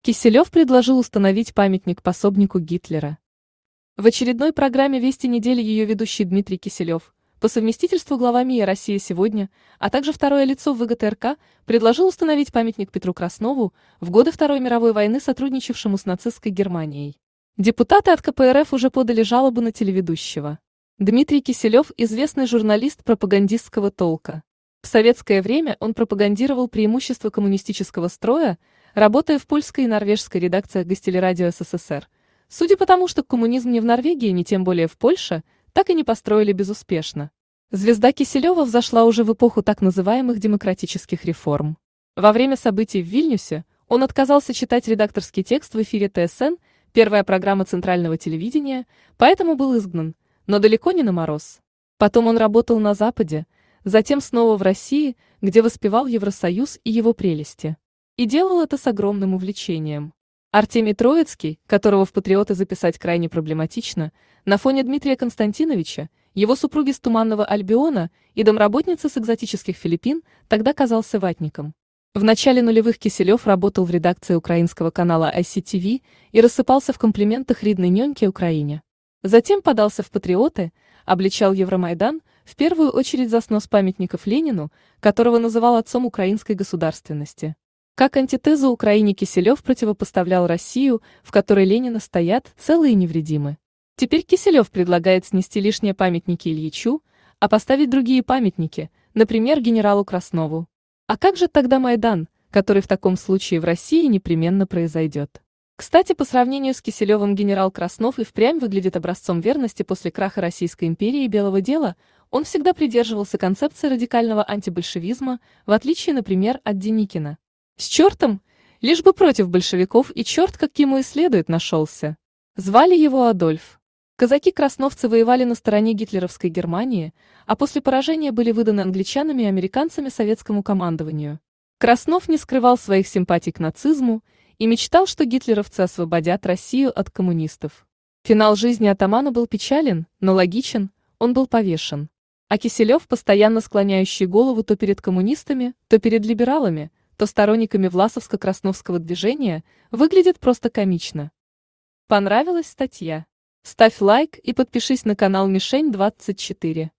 Киселев предложил установить памятник пособнику Гитлера. В очередной программе «Вести недели» ее ведущий Дмитрий Киселев, по совместительству глава МИА «Россия сегодня», а также второе лицо ВГТРК, предложил установить памятник Петру Краснову, в годы Второй мировой войны сотрудничавшему с нацистской Германией. Депутаты от КПРФ уже подали жалобу на телеведущего. Дмитрий Киселев – известный журналист пропагандистского толка. В советское время он пропагандировал преимущества коммунистического строя, работая в польской и норвежской редакциях Гостелерадио СССР. Судя по тому, что коммунизм ни в Норвегии, ни тем более в Польше, так и не построили безуспешно. Звезда Киселева взошла уже в эпоху так называемых демократических реформ. Во время событий в Вильнюсе он отказался читать редакторский текст в эфире ТСН, первая программа центрального телевидения, поэтому был изгнан, но далеко не на мороз. Потом он работал на Западе, затем снова в России, где воспевал Евросоюз и его прелести. И делал это с огромным увлечением. Артемий Троицкий, которого в «Патриоты» записать крайне проблематично, на фоне Дмитрия Константиновича, его супруги с Туманного Альбиона и домработницы с экзотических Филиппин, тогда казался ватником. В начале нулевых Киселев работал в редакции украинского канала ICTV и рассыпался в комплиментах ридной нёньке Украине. Затем подался в «Патриоты», обличал Евромайдан, в первую очередь за снос памятников Ленину, которого называл отцом украинской государственности. Как антитезу Украине Киселев противопоставлял Россию, в которой Ленина стоят целы и невредимы. Теперь Киселев предлагает снести лишние памятники Ильичу, а поставить другие памятники, например, генералу Краснову. А как же тогда Майдан, который в таком случае в России непременно произойдет? Кстати, по сравнению с Киселевым генерал Краснов и впрямь выглядит образцом верности после краха Российской империи и Белого дела. Он всегда придерживался концепции радикального антибольшевизма, в отличие, например, от Деникина. С чертом, лишь бы против большевиков, и черт, как ему и следует, нашелся. Звали его Адольф. Казаки-красновцы воевали на стороне гитлеровской Германии, а после поражения были выданы англичанами и американцами советскому командованию. Краснов не скрывал своих симпатий к нацизму и мечтал, что гитлеровцы освободят Россию от коммунистов. Финал жизни атамана был печален, но логичен, он был повешен. А Киселев, постоянно склоняющий голову то перед коммунистами, то перед либералами, то сторонниками власовско-красновского движения, выглядит просто комично. Понравилась статья? Ставь лайк и подпишись на канал Мишень 24.